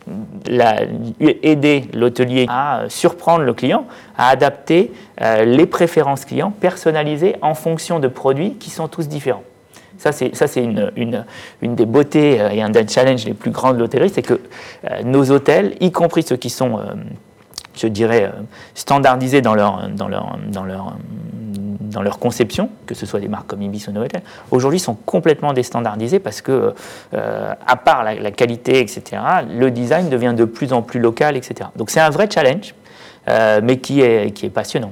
la, aider l'hôtelier à surprendre le client, à adapter euh, les préférences clients personnalisées en fonction de produits qui sont tous différents. Ça, c'est, ça, c'est une, une, une des beautés euh, et un des challenges les plus grands de l'hôtellerie, c'est que euh, nos hôtels, y compris ceux qui sont, euh, je dirais, euh, standardisés dans leur, dans leur, dans leur dans leur conception, que ce soit des marques comme Ibis ou Novotel, aujourd'hui sont complètement déstandardisés parce que, euh, à part la, la qualité, et cetera, le design devient de plus en plus local, et cetera. Donc c'est un vrai challenge, euh, mais qui est, qui est passionnant.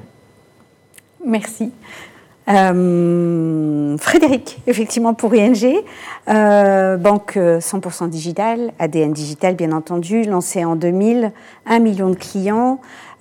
Merci. Euh, Frédéric, effectivement pour I N G, euh, banque cent pour cent digitale, A D N digital bien entendu, lancée en deux mille, un million de clients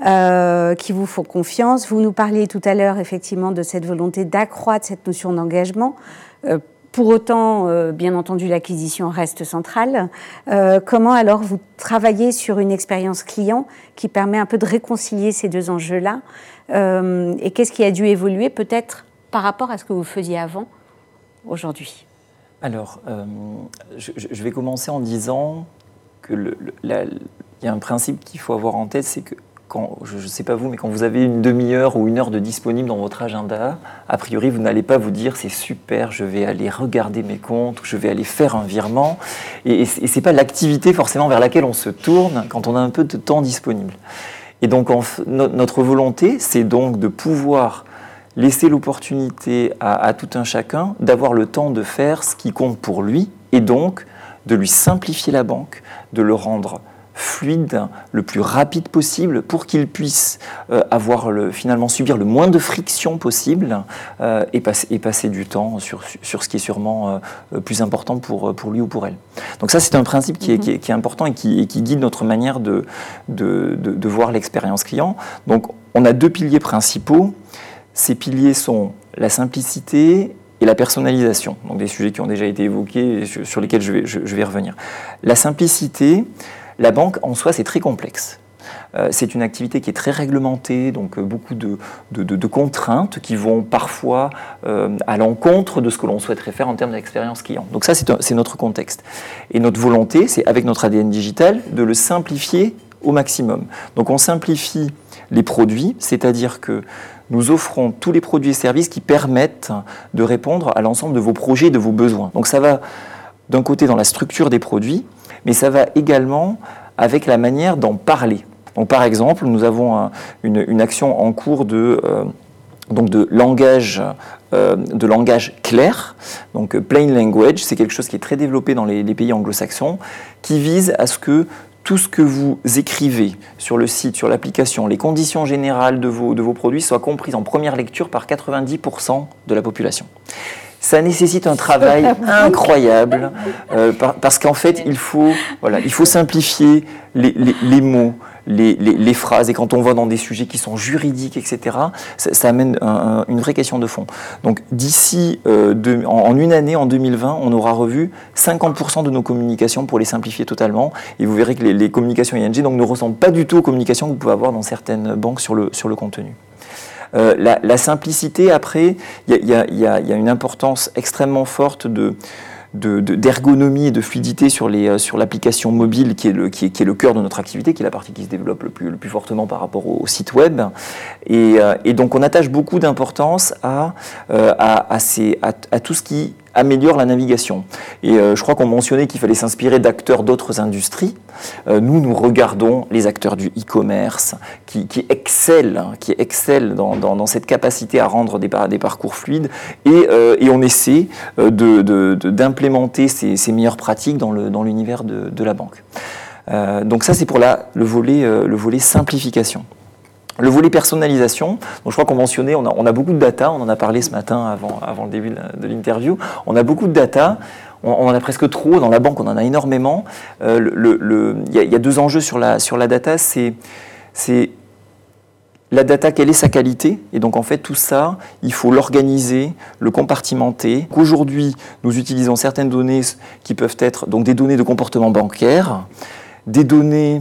euh, qui vous font confiance. Vous nous parliez tout à l'heure effectivement de cette volonté d'accroître cette notion d'engagement. Euh, pour autant, euh, bien entendu, l'acquisition reste centrale. Euh, comment alors vous travaillez sur une expérience client qui permet un peu de réconcilier ces deux enjeux-là euh, et qu'est-ce qui a dû évoluer peut-être par rapport à ce que vous faisiez avant, aujourd'hui? Alors, euh, je, je vais commencer en disant que le, le, la, il y a un principe qu'il faut avoir en tête, c'est que quand, je ne sais pas vous, mais quand vous avez une demi-heure ou une heure de disponible dans votre agenda, a priori, vous n'allez pas vous dire c'est super, je vais aller regarder mes comptes, je vais aller faire un virement. Et, et ce n'est pas l'activité forcément vers laquelle on se tourne quand on a un peu de temps disponible. Et donc, en, no, notre volonté, c'est donc de pouvoir laisser l'opportunité à, à tout un chacun d'avoir le temps de faire ce qui compte pour lui et donc de lui simplifier la banque, de le rendre fluide, le plus rapide possible pour qu'il puisse euh, avoir le, finalement subir le moins de friction possible euh, et, passer, et passer du temps sur, sur ce qui est sûrement euh, plus important pour, pour lui ou pour elle. Donc ça, c'est un principe qui est, mm-hmm. qui est, qui est important et qui, et qui guide notre manière de, de, de, de voir l'expérience client. Donc on a deux piliers principaux. Ces piliers sont la simplicité et la personnalisation, donc des sujets qui ont déjà été évoqués et sur lesquels je vais, je, je vais revenir. La simplicité, la banque en soi, c'est très complexe. Euh, c'est une activité qui est très réglementée, donc euh, beaucoup de, de, de, de contraintes qui vont parfois euh, à l'encontre de ce que l'on souhaiterait faire en termes d'expérience client. Donc ça, c'est, un, c'est notre contexte. Et notre volonté, c'est avec notre A D N digital, de le simplifier au maximum. Donc on simplifie les produits, c'est-à-dire que nous offrons tous les produits et services qui permettent de répondre à l'ensemble de vos projets et de vos besoins. Donc ça va d'un côté dans la structure des produits, mais ça va également avec la manière d'en parler. Donc par exemple, nous avons un, une, une action en cours de, euh, donc de, langage, euh, de langage clair, donc plain language, c'est quelque chose qui est très développé dans les, les pays anglo-saxons, qui vise à ce que tout ce que vous écrivez sur le site, sur l'application, les conditions générales de vos, de vos produits soient comprises en première lecture par quatre-vingt-dix pour cent de la population. Ça nécessite un travail incroyable euh, par, parce qu'en fait, il faut, voilà, il faut simplifier les, les, les mots, les, les, les phrases. Et quand on va dans des sujets qui sont juridiques, et cetera, ça, ça amène un, un, une vraie question de fond. Donc d'ici, euh, en, en une année, en deux mille vingt, on aura revu cinquante pour cent de nos communications pour les simplifier totalement. Et vous verrez que les, les communications I N G donc, ne ressemblent pas du tout aux communications que vous pouvez avoir dans certaines banques sur le, sur le contenu. Euh, la, la simplicité, après, il y, y, y a une importance extrêmement forte de, de, de, d'ergonomie et de fluidité sur, les, sur l'application mobile qui est, le, qui, est, qui est le cœur de notre activité, qui est la partie qui se développe le plus, le plus fortement par rapport au, au site web. Et, euh, et donc on attache beaucoup d'importance à, euh, à, à, ces, à, à tout ce qui améliore la navigation. Et euh, je crois qu'on mentionnait qu'il fallait s'inspirer d'acteurs d'autres industries. Euh, nous, nous regardons les acteurs du e-commerce qui, qui excellent, hein, qui excellent dans, dans, dans cette capacité à rendre des, des parcours fluides et, euh, et on essaie euh, de, de, de, d'implémenter ces, ces meilleures pratiques dans, le, dans l'univers de, de la banque. Euh, donc ça, c'est pour la, le, volet, euh, le volet simplification. Le volet personnalisation, donc je crois qu'on mentionnait, on a, on a beaucoup de data, on en a parlé ce matin avant, avant le début de l'interview, on a beaucoup de data, on, on en a presque trop, dans la banque on en a énormément. Euh, le, le, y a, y a deux enjeux sur la, sur la data, c'est, c'est la data, quelle est sa qualité, et donc en fait tout ça, il faut l'organiser, le compartimenter. Aujourd'hui, nous utilisons certaines données qui peuvent être donc des données de comportement bancaire, des données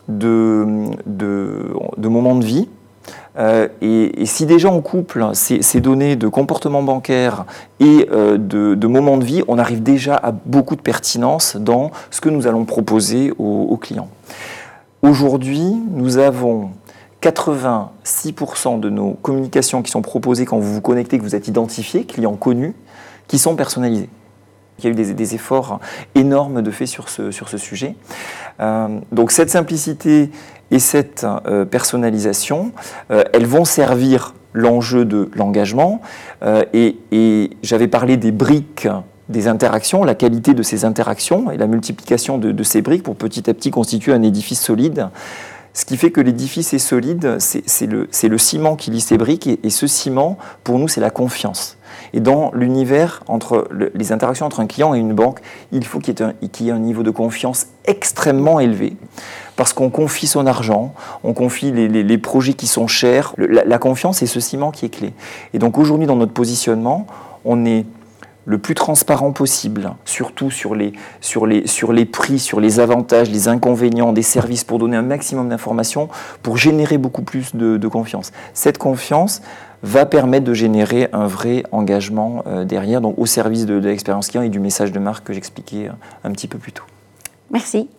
De, de, de moments de vie. Euh, et, et si déjà on couple ces, ces données de comportement bancaire et euh, de, de moments de vie, on arrive déjà à beaucoup de pertinence dans ce que nous allons proposer aux, aux clients. Aujourd'hui, nous avons quatre-vingt-six pour cent de nos communications qui sont proposées quand vous vous connectez, que vous êtes identifié, client connu, qui sont personnalisées. Il y a eu des, des efforts énormes de fait sur ce, sur ce sujet. Euh, donc cette simplicité et cette euh, personnalisation, euh, elles vont servir l'enjeu de l'engagement. Euh, et, et j'avais parlé des briques des interactions, la qualité de ces interactions et la multiplication de, de ces briques pour petit à petit constituer un édifice solide. Ce qui fait que l'édifice est solide, c'est, c'est, le, c'est le ciment qui lie ces briques et, et ce ciment, pour nous, c'est la confiance. Et dans l'univers, entre le, les interactions entre un client et une banque, il faut qu'il y ait un, qu'il y ait un niveau de confiance extrêmement élevé. Parce qu'on confie son argent, on confie les, les, les projets qui sont chers. Le, la, la confiance est ce ciment qui est clé. Et donc aujourd'hui, dans notre positionnement, on est le plus transparent possible, surtout sur les, sur, les, sur les prix, sur les avantages, les inconvénients des services, pour donner un maximum d'informations, pour générer beaucoup plus de, de confiance. Cette confiance va permettre de générer un vrai engagement euh, derrière, donc au service de, de l'expérience client et du message de marque que j'expliquais un petit peu plus tôt. Merci.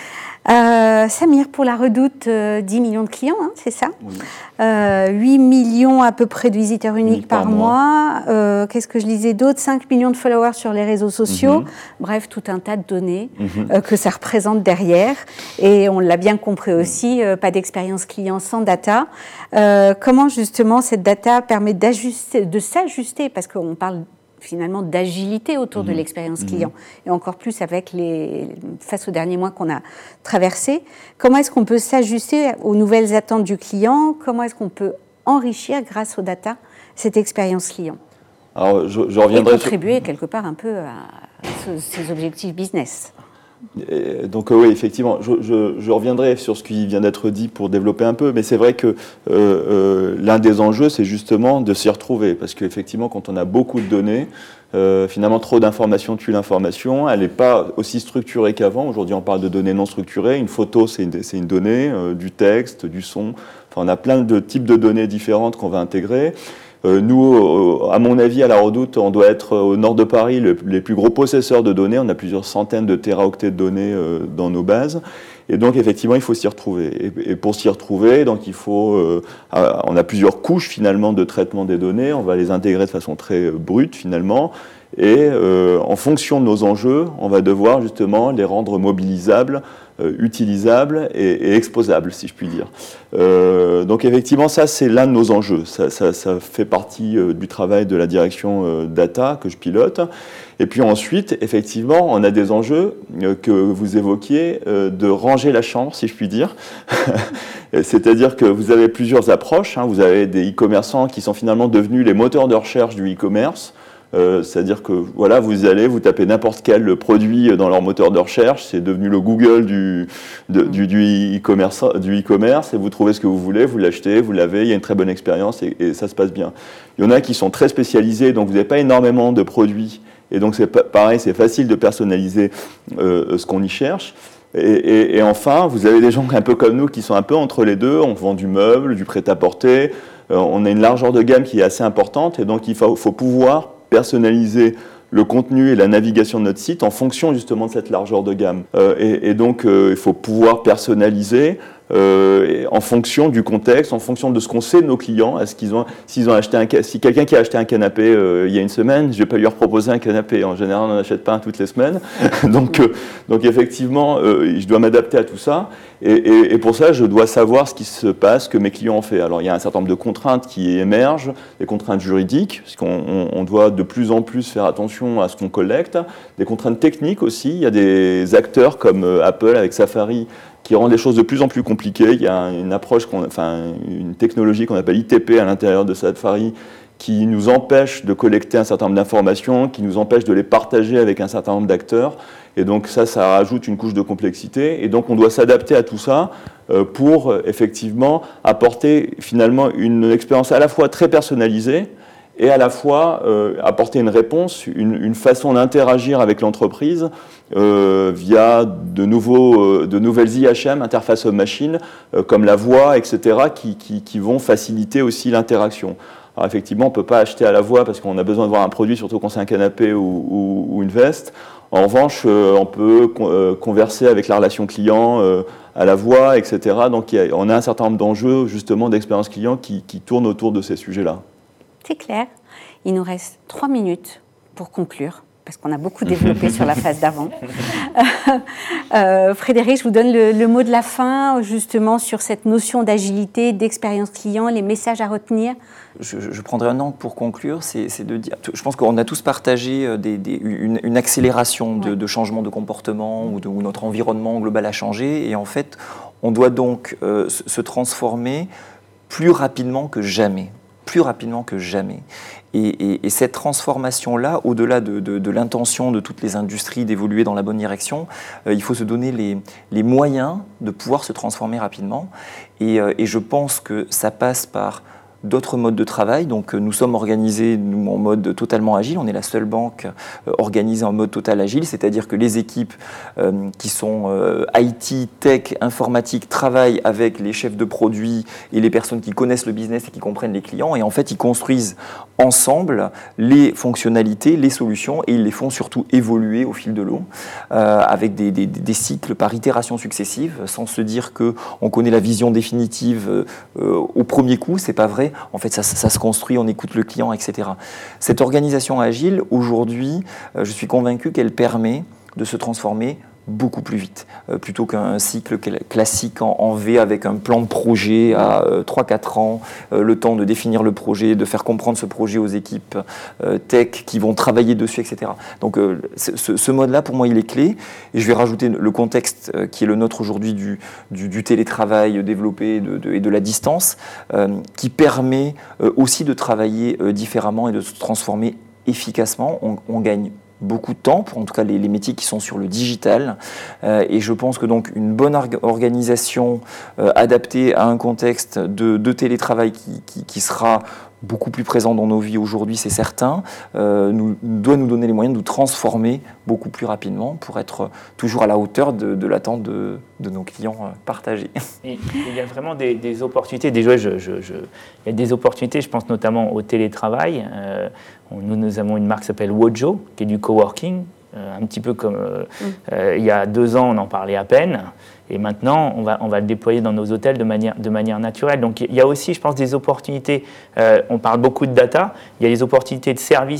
Euh, Samir, pour la Redoute, euh, dix millions de clients, hein, c'est ça, oui. euh, huit millions à peu près de visiteurs uniques par, par mois. mois. Euh, qu'est-ce que je lisais d'autre? cinq millions de followers sur les réseaux sociaux. Mm-hmm. Bref, tout un tas de données mm-hmm. euh, que ça représente derrière. Et on l'a bien compris aussi, euh, pas d'expérience client sans data. Euh, comment justement cette data permet d'ajuster, de s'ajuster, parce qu'on parle finalement d'agilité autour mmh. de l'expérience client, mmh. et encore plus avec les, face aux derniers mois qu'on a traversés. Comment est-ce qu'on peut s'ajuster aux nouvelles attentes du client? Comment est-ce qu'on peut enrichir, grâce aux data, cette expérience client? Alors, je, je reviendrai et contribuer sur... quelque part un peu à ce, ces objectifs business. Et donc euh, oui, effectivement, je, je, je reviendrai sur ce qui vient d'être dit pour développer un peu, mais c'est vrai que euh, euh, l'un des enjeux, c'est justement de s'y retrouver, parce qu'effectivement, quand on a beaucoup de données, euh, finalement, trop d'informations tue l'information, elle n'est pas aussi structurée qu'avant. Aujourd'hui, on parle de données non structurées. Une photo, c'est une, c'est une donnée, euh, du texte, du son. Enfin, on a plein de types de données différentes qu'on va intégrer. Euh, nous, euh, à mon avis, à la Redoute, on doit être au nord de Paris le, les plus gros possesseurs de données. On a plusieurs centaines de téraoctets de données euh, dans nos bases. Et donc, effectivement, il faut s'y retrouver. Et, et pour s'y retrouver, donc, il faut, euh, on a plusieurs couches, finalement, de traitement des données. On va les intégrer de façon très euh, brute, finalement. Et euh, en fonction de nos enjeux, on va devoir, justement, les rendre mobilisables euh, utilisable et, et exposable, si je puis dire. Euh, donc effectivement, ça c'est l'un de nos enjeux. Ça, ça, ça fait partie euh, du travail de la direction euh, data que je pilote. Et puis ensuite, effectivement, on a des enjeux euh, que vous évoquiez euh, de ranger la chambre, si je puis dire. C'est-à-dire que vous avez plusieurs approches. Hein. Vous avez des e-commerçants qui sont finalement devenus les moteurs de recherche du e-commerce. Euh, c'est-à-dire que voilà, vous allez, vous tapez n'importe quel produit dans leur moteur de recherche, c'est devenu le Google du, de, du, du e-commerce, du e-commerce, et vous trouvez ce que vous voulez, vous l'achetez, vous l'avez, il y a une très bonne expérience et, et ça se passe bien. Il y en a qui sont très spécialisés, donc vous n'avez pas énormément de produits, et donc c'est pareil, c'est facile de personnaliser euh, ce qu'on y cherche. Et, et, et enfin, vous avez des gens un peu comme nous qui sont un peu entre les deux, on vend du meuble, du prêt-à-porter, euh, on a une largeur de gamme qui est assez importante, et donc il faut, faut pouvoir personnaliser le contenu et la navigation de notre site en fonction justement de cette largeur de gamme. Euh, et, et donc, euh, il faut pouvoir personnaliser euh, en fonction du contexte, en fonction de ce qu'on sait de nos clients. Est-ce qu'ils ont, s'ils ont acheté un, si quelqu'un qui a acheté un canapé euh, il y a une semaine, je ne vais pas lui reproposer un canapé. En général, on n'en achète pas un toutes les semaines. donc, euh, donc, effectivement, euh, je dois m'adapter à tout ça. Et, et, et pour ça, je dois savoir ce qui se passe, ce que mes clients ont fait. Alors, il y a un certain nombre de contraintes qui émergent, des contraintes juridiques, puisqu'on on, on doit de plus en plus faire attention à ce qu'on collecte, des contraintes techniques aussi. Il y a des acteurs comme Apple avec Safari qui rendent les choses de plus en plus compliquées. Il y a une approche, qu'on, enfin, une technologie qu'on appelle I T P à l'intérieur de Safari qui nous empêche de collecter un certain nombre d'informations, qui nous empêche de les partager avec un certain nombre d'acteurs. Et donc ça, ça rajoute une couche de complexité. Et donc on doit s'adapter à tout ça euh, pour euh, effectivement apporter finalement une expérience à la fois très personnalisée et à la fois euh, apporter une réponse, une, une façon d'interagir avec l'entreprise euh, via de, nouveaux, euh, de nouvelles I H M, interface homme-machine, euh, comme la voix, et cetera, qui, qui, qui vont faciliter aussi l'interaction. Alors effectivement, on ne peut pas acheter à la voix parce qu'on a besoin de voir un produit, surtout quand c'est un canapé ou, ou, ou une veste. En revanche, euh, on peut con, euh, converser avec la relation client euh, à la voix, et cetera. Donc il y a, on a un certain nombre d'enjeux justement d'expérience client qui, qui tournent autour de ces sujets-là. C'est clair. Il nous reste trois minutes pour conclure, parce qu'on a beaucoup développé sur la phase d'avant. euh, Frédéric, je vous donne le, le mot de la fin, justement, sur cette notion d'agilité, d'expérience client, les messages à retenir. Je, je prendrai un angle pour conclure, c'est, c'est de dire, je pense qu'on a tous partagé des, des, une, une accélération de, ouais. de changement de comportement ou, de, où notre environnement global a changé, et en fait, on doit donc euh, se transformer plus rapidement que jamais. plus rapidement que jamais. Et, et, et cette transformation-là, au-delà de, de, de l'intention de toutes les industries d'évoluer dans la bonne direction, euh, il faut se donner les, les moyens de pouvoir se transformer rapidement. Et, euh, et je pense que ça passe par d'autres modes de travail. Donc nous sommes organisés nous, en mode totalement agile. On est la seule banque euh, organisée en mode total agile, c'est-à-dire que les équipes euh, qui sont euh, I T, tech, informatique travaillent avec les chefs de produits et les personnes qui connaissent le business et qui comprennent les clients. Et en fait, ils construisent ensemble les fonctionnalités, les solutions, et ils les font surtout évoluer au fil de l'eau euh, avec des, des, des cycles par itération successive, sans se dire qu'on connaît la vision définitive euh, au premier coup. C'est pas vrai. En fait, ça, ça se construit, on écoute le client, et cetera. Cette organisation agile, aujourd'hui, euh, je suis convaincu qu'elle permet de se transformer beaucoup plus vite, euh, plutôt qu'un cycle classique en, en V avec un plan de projet à euh, trois quatre ans, euh, le temps de définir le projet, de faire comprendre ce projet aux équipes euh, tech qui vont travailler dessus, et cetera. Donc euh, ce, ce mode-là, pour moi, il est clé. Et je vais rajouter le contexte euh, qui est le nôtre aujourd'hui du, du, du télétravail développé de, de, et de la distance, euh, qui permet euh, aussi de travailler euh, différemment et de se transformer efficacement. On, on gagne beaucoup de temps, pour en tout cas les, les métiers qui sont sur le digital. Euh, et je pense que donc une bonne orga- organisation euh, adaptée à un contexte de, de télétravail qui, qui, qui sera beaucoup plus présent dans nos vies aujourd'hui, c'est certain, euh, nous, doit nous donner les moyens de nous transformer beaucoup plus rapidement pour être toujours à la hauteur de, de l'attente de, de nos clients partagés. Et il y a vraiment des, des opportunités. Déjà, je, je, je, il y a des opportunités, je pense notamment au télétravail. Euh, nous, nous avons une marque qui s'appelle Wojo, qui est du coworking, euh, un petit peu comme euh, mm. euh, il y a deux ans, on en parlait à peine. Et maintenant, on va, on va le déployer dans nos hôtels de manière, de manière naturelle. Donc, il y a aussi, je pense, des opportunités. Euh, on parle beaucoup de data. Il y a des opportunités de services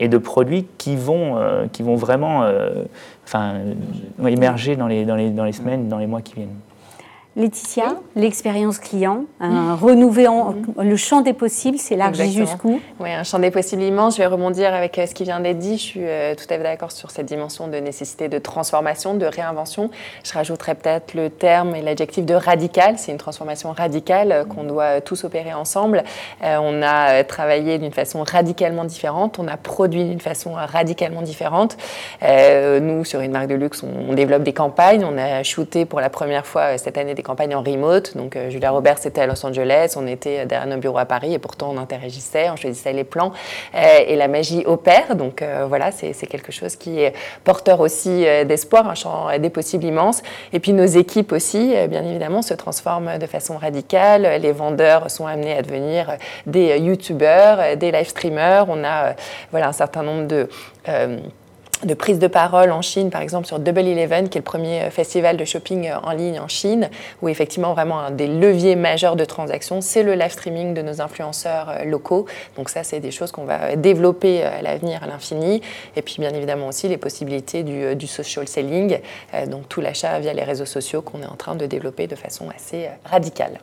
et de produits qui vont, euh, qui vont vraiment euh, enfin, euh, émerger dans les, dans, les, dans les semaines, dans les mois qui viennent. Laetitia, oui. L'expérience client, un renouveler en, le champ des possibles, c'est élargi jusqu'où? Oui, un champ des possibles immense. Je vais rebondir avec ce qui vient d'être dit. Je suis euh, tout à fait d'accord sur cette dimension de nécessité de transformation, de réinvention. Je rajouterais peut-être le terme et l'adjectif de radical. C'est une transformation radicale euh, qu'on doit tous opérer ensemble. Euh, on a travaillé d'une façon radicalement différente. On a produit d'une façon radicalement différente. Euh, nous, sur une marque de luxe, on, on développe des campagnes. On a shooté pour la première fois cette année des campagnes en remote. Donc, euh, Julia Roberts était à Los Angeles, on était derrière nos bureaux à Paris et pourtant on interagissait, on choisissait les plans euh, et la magie opère. Donc, euh, voilà, c'est, c'est quelque chose qui est porteur aussi euh, d'espoir, un champ des possibles immense. Et puis, nos équipes aussi, euh, bien évidemment, se transforment de façon radicale. Les vendeurs sont amenés à devenir des youtubeurs, des live streamers. On a euh, voilà, un certain nombre de... Euh, de prise de parole en Chine, par exemple sur Double Eleven, qui est le premier festival de shopping en ligne en Chine, où effectivement vraiment un des leviers majeurs de transactions, c'est le live streaming de nos influenceurs locaux. Donc ça, c'est des choses qu'on va développer à l'avenir à l'infini. Et puis bien évidemment aussi les possibilités du, du social selling, donc tout l'achat via les réseaux sociaux qu'on est en train de développer de façon assez radicale.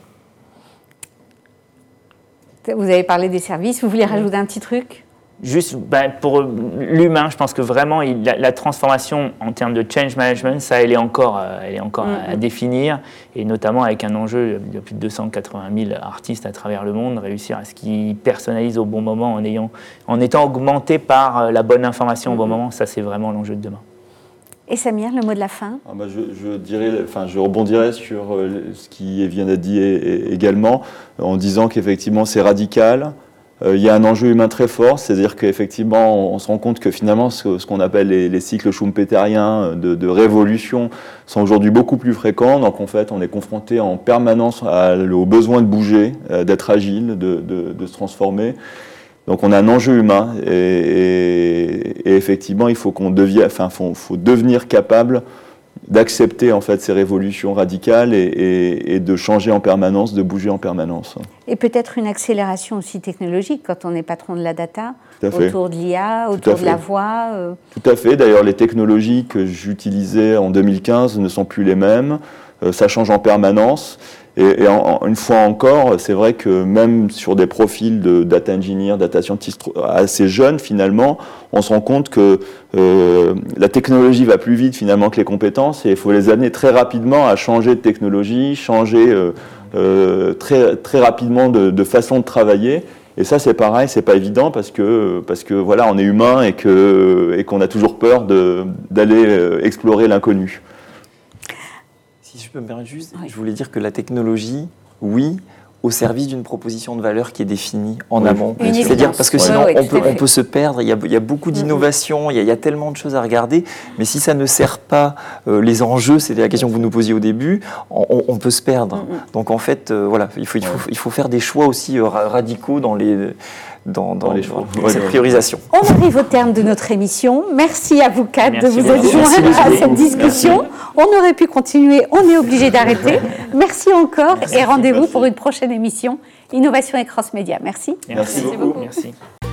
Vous avez parlé des services, vous voulez rajouter un petit truc ? Juste ben, pour l'humain, je pense que vraiment il, la, la transformation en termes de change management, ça, elle est encore, elle est encore mm-hmm. à, à définir, et notamment avec un enjeu de plus de deux cent quatre-vingt mille artistes à travers le monde, réussir à ce qu'ils personnalisent au bon moment en, ayant, en étant augmentés par la bonne information mm-hmm. au bon moment. Ça, c'est vraiment l'enjeu de demain. Et Samir, le mot de la fin? ah bah je, je, dirais, enfin, je rebondirais sur ce qui vient d'être dit également, en disant qu'effectivement c'est radical. Euh, il y a un enjeu humain très fort, c'est-à-dire qu'effectivement, on, on se rend compte que finalement, ce, ce qu'on appelle les, les cycles schumpeteriens de, de révolution sont aujourd'hui beaucoup plus fréquents. Donc, en fait, on est confronté en permanence à, au besoin de bouger, euh, d'être agile, de, de, de se transformer. Donc, on a un enjeu humain et, et, et effectivement, il faut qu'on devienne, enfin, faut, faut devenir capable d'accepter en fait ces révolutions radicales et, et, et de changer en permanence, de bouger en permanence. Et peut-être une accélération aussi technologique quand on est patron de la data, autour de l'I A, autour de la voix. Euh... Tout à fait. D'ailleurs, les technologies que j'utilisais en deux mille quinze ne sont plus les mêmes. Euh, ça change en permanence. Et, et en, une fois encore, c'est vrai que même sur des profils de data engineer, data scientist assez jeunes, finalement, on se rend compte que euh, la technologie va plus vite finalement que les compétences et il faut les amener très rapidement à changer de technologie, changer euh, euh, très, très rapidement de, de façon de travailler. Et ça, c'est pareil, c'est pas évident parce que, parce que voilà, on est humain et, que, et qu'on a toujours peur de, d'aller explorer l'inconnu. Si je peux me permettre juste, oui. je voulais dire que la technologie, oui, au service d'une proposition de valeur qui est définie en oui, amont. C'est-à-dire parce que ouais. sinon, oui, oui, on, peut, on peut se perdre. Il y a, il y a beaucoup d'innovations, mm-hmm. il, y a, il y a tellement de choses à regarder. Mais si ça ne sert pas euh, les enjeux, c'était la question que vous nous posiez au début, on, on peut se perdre. Mm-hmm. Donc en fait, euh, voilà, il faut, il, faut, il faut faire des choix aussi euh, radicaux dans les... Dans, dans, dans les choix. Dans cette priorisation. On arrive au terme de notre émission. Merci à vous quatre Merci de vous être joints à cette discussion. Merci. On aurait pu continuer, on est obligé d'arrêter. Merci encore Merci. Et rendez-vous Merci. Pour une prochaine émission Innovation et Cross Média. Merci. Merci, Merci beaucoup. Merci.